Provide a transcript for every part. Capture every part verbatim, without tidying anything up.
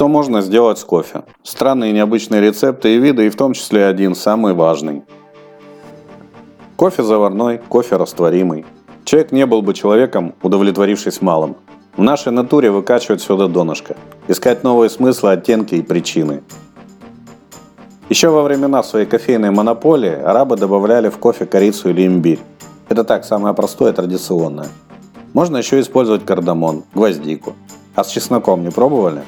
Что можно сделать с кофе? Странные необычные рецепты и виды, и в том числе один, самый важный. Кофе заварной, кофе растворимый. Человек не был бы человеком, удовлетворившись малым. В нашей натуре выкачивать все до донышка. Искать новые смыслы, оттенки и причины. Еще во времена своей кофейной монополии арабы добавляли в кофе корицу или имбирь. Это так, самое простое и традиционное. Можно еще использовать кардамон, гвоздику. А с чесноком не пробовали?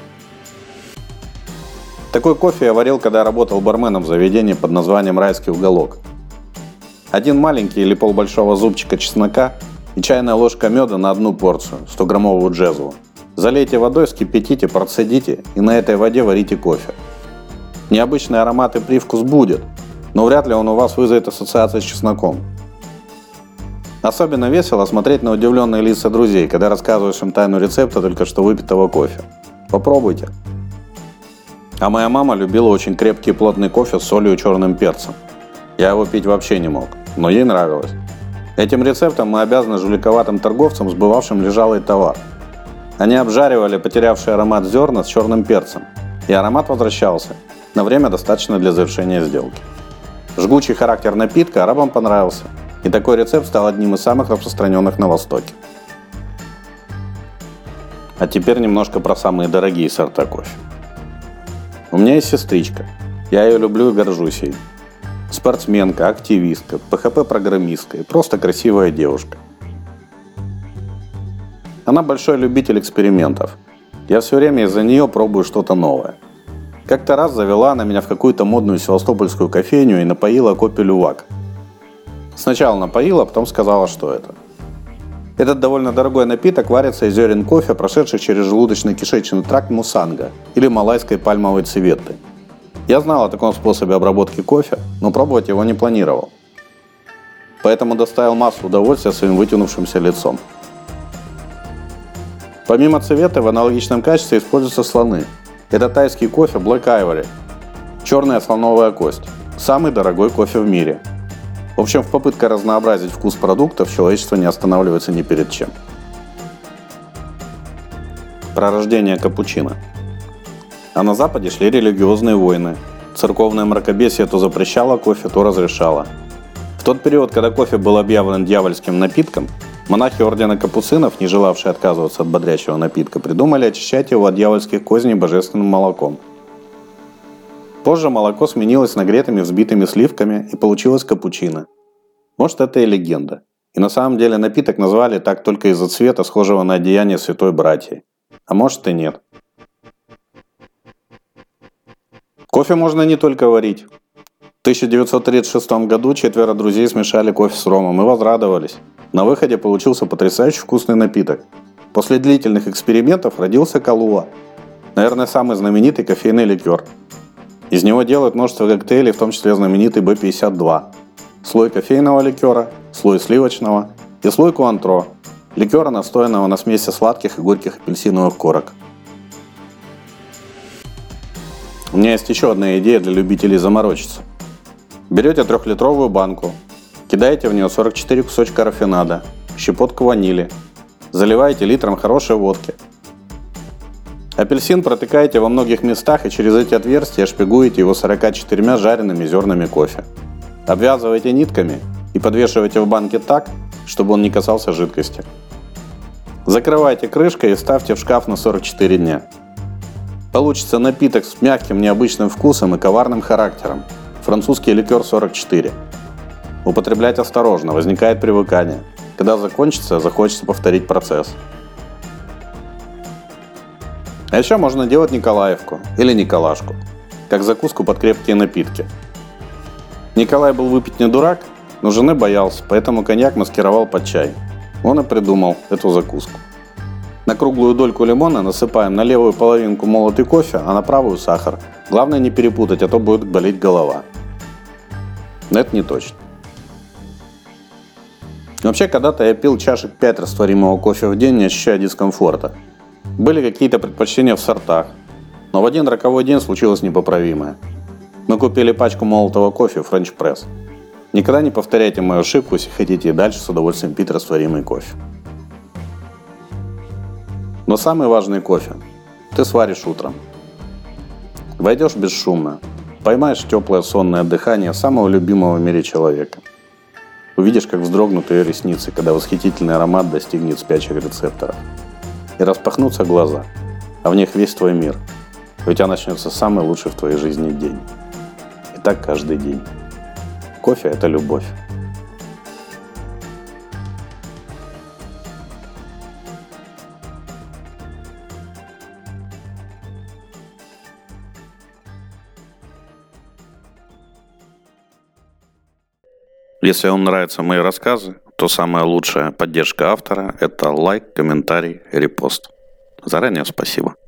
Такой кофе я варил, когда работал барменом в заведении под названием «Райский уголок». Один маленький или полбольшого зубчика чеснока и чайная ложка меда на одну порцию, стограммовую джезву. Залейте водой, вскипятите, процедите и на этой воде варите кофе. Необычный аромат и привкус будет, но вряд ли он у вас вызовет ассоциации с чесноком. Особенно весело смотреть на удивленные лица друзей, когда рассказываешь им тайну рецепта только что выпитого кофе. Попробуйте. А моя мама любила очень крепкий и плотный кофе с солью и черным перцем. Я его пить вообще не мог, но ей нравилось. Этим рецептом мы обязаны жуликоватым торговцам, сбывавшим лежалый товар. Они обжаривали потерявший аромат зерна с черным перцем, и аромат возвращался, на время достаточно для завершения сделки. Жгучий характер напитка арабам понравился, и такой рецепт стал одним из самых распространенных на Востоке. А теперь немножко про самые дорогие сорта кофе. У меня есть сестричка, я ее люблю и горжусь ей. Спортсменка, активистка, пэ ха пэ-программистка и просто красивая девушка. Она большой любитель экспериментов. Я все время из-за нее пробую что-то новое. Как-то раз завела она меня в какую-то модную севастопольскую кофейню и напоила кофе лювак. Сначала напоила, а потом сказала, что это. Этот довольно дорогой напиток варится из зерен кофе, прошедших через желудочно-кишечный тракт мусанга или малайской пальмовой цветы. Я знал о таком способе обработки кофе, но пробовать его не планировал. Поэтому доставил массу удовольствия своим вытянувшимся лицом. Помимо цветы, в аналогичном качестве используются слоны. Это тайский кофе Black Ivory, черная слоновая кость, самый дорогой кофе в мире. В общем, в попытке разнообразить вкус продуктов человечество не останавливается ни перед чем. Про рождение капучино. А на Западе шли религиозные войны. Церковное мракобесие то запрещало кофе, то разрешало. В тот период, когда кофе был объявлен дьявольским напитком, монахи ордена капуцинов, не желавшие отказываться от бодрящего напитка, придумали очищать его от дьявольских козней божественным молоком. Позже молоко сменилось нагретыми взбитыми сливками и получилось капучино. Может, это и легенда. И на самом деле напиток назвали так только из-за цвета, схожего на одеяние святой братьи. А может и нет. Кофе можно не только варить. В тысяча девятьсот тридцать шестом году четверо друзей смешали кофе с ромом и возрадовались. На выходе получился потрясающе вкусный напиток. После длительных экспериментов родился Калуа. Наверное, самый знаменитый кофейный ликер. Из него делают множество коктейлей, в том числе знаменитый бэ пятьдесят два. Слой кофейного ликера, слой сливочного и слой куантро. Ликера, настоянного на смеси сладких и горьких апельсиновых корок. У меня есть еще одна идея для любителей заморочиться. Берете трехлитровую банку, кидаете в нее сорок четыре кусочка рафинада, щепотку ванили, заливаете литром хорошей водки. Апельсин протыкаете во многих местах и через эти отверстия шпигуете его сороками четырьмя жареными зернами кофе. Обвязываете нитками и подвешиваете в банке так, чтобы он не касался жидкости. Закрывайте крышкой и ставьте в шкаф на сорок четыре дня. Получится напиток с мягким необычным вкусом и коварным характером. Французский ликер сорок четыре. Употреблять осторожно, возникает привыкание. Когда закончится, захочется повторить процесс. А еще можно делать Николаевку или Николашку, как закуску под крепкие напитки. Николай был выпить не дурак, но жены боялся, поэтому коньяк маскировал под чай. Он и придумал эту закуску. На круглую дольку лимона насыпаем на левую половинку молотый кофе, а на правую сахар. Главное не перепутать, а то будет болеть голова. Но это не точно. Вообще, когда-то я пил чашек пять растворимого кофе в день, не ощущая дискомфорта. Были какие-то предпочтения в сортах, но в один роковой день случилось непоправимое. Мы купили пачку молотого кофе French Press. Никогда не повторяйте мою ошибку, если хотите и дальше с удовольствием пить растворимый кофе. Но самый важный кофе ты сваришь утром. Войдешь бесшумно, поймаешь теплое сонное дыхание самого любимого в мире человека. Увидишь, как вздрогнут ее ресницы, когда восхитительный аромат достигнет спящих рецепторов. И распахнутся глаза, а в них весь твой мир. И у тебя начнется самый лучший в твоей жизни день. И так каждый день. Кофе – это любовь. Если вам нравятся мои рассказы, то самая лучшая поддержка автора – это лайк, комментарий, репост. Заранее спасибо.